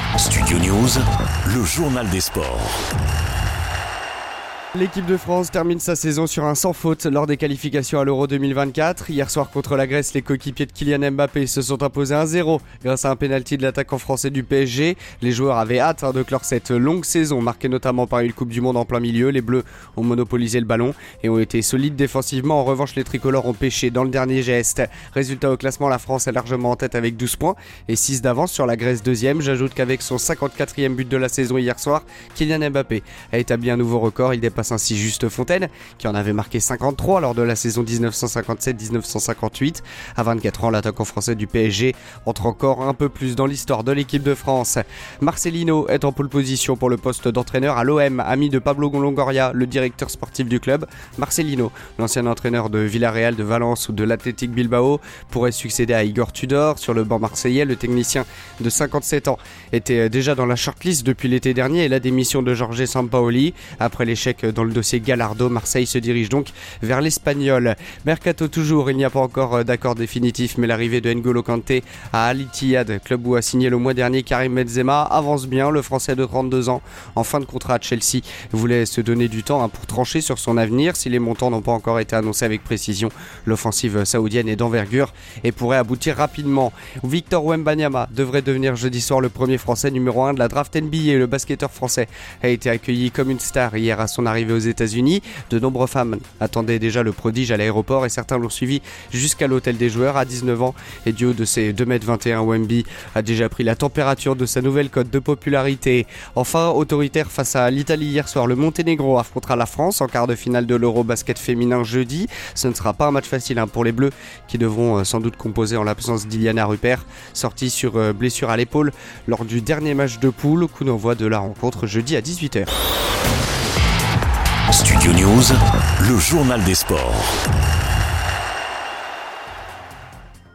Studio News, le journal des sports. L'équipe de France termine sa saison sur un sans faute lors des qualifications à l'Euro 2024. Hier soir contre la Grèce, les coéquipiers de Kylian Mbappé se sont imposés 1-0 grâce à un pénalty de l'attaquant français du PSG. Les joueurs avaient hâte de clore cette longue saison, marquée notamment par une Coupe du Monde en plein milieu. Les Bleus ont monopolisé le ballon et ont été solides défensivement. En revanche, les tricolores ont pêché dans le dernier geste. Résultat au classement, la France est largement en tête avec 12 points et 6 d'avance sur la Grèce deuxième. J'ajoute qu'avec son 54e but de la saison hier soir, Kylian Mbappé a établi un nouveau record. Il dépasse ainsi Juste Fontaine, qui en avait marqué 53 lors de la saison 1957-1958. À 24 ans, l'attaquant français du PSG entre encore un peu plus dans l'histoire de l'équipe de France. Marcelino est en pole position pour le poste d'entraîneur à l'OM, ami de Pablo Longoria, le directeur sportif du club. Marcelino, l'ancien entraîneur de Villarreal, de Valence ou de l'Athletic Bilbao, pourrait succéder à Igor Tudor sur le banc marseillais. Le technicien de 57 ans était déjà dans la shortlist depuis l'été dernier et la démission de Jorge Sampaoli après l'échec dans le dossier Gallardo. Marseille se dirige donc vers l'Espagnol. Mercato toujours, il n'y a pas encore d'accord définitif, mais l'arrivée de N'Golo Kanté à Al Ittihad, club où a signé le mois dernier Karim Benzema, avance bien. Le Français de 32 ans, en fin de contrat à Chelsea, voulait se donner du temps pour trancher sur son avenir. Si les montants n'ont pas encore été annoncés avec précision, l'offensive saoudienne est d'envergure et pourrait aboutir rapidement. Victor Wembanyama devrait devenir jeudi soir le premier Français numéro 1 de la draft NBA. Le basketteur français a été accueilli comme une star hier à son arrivée aux États-Unis. De nombreuses femmes attendaient déjà le prodige à l'aéroport et certains l'ont suivi jusqu'à l'hôtel des joueurs. À 19 ans et du haut de ses 2,21 m, Wemby a déjà pris la température de sa nouvelle cote de popularité. Enfin, autoritaire face à l'Italie hier soir, le Monténégro affrontera la France en quart de finale de l'Eurobasket féminin jeudi. Ce ne sera pas un match facile pour les Bleus qui devront sans doute composer en l'absence d'Iliana Rupert, sortie sur blessure à l'épaule lors du dernier match de poule. Coup d'envoi de la rencontre jeudi à 18 h. Studio News, le journal des sports.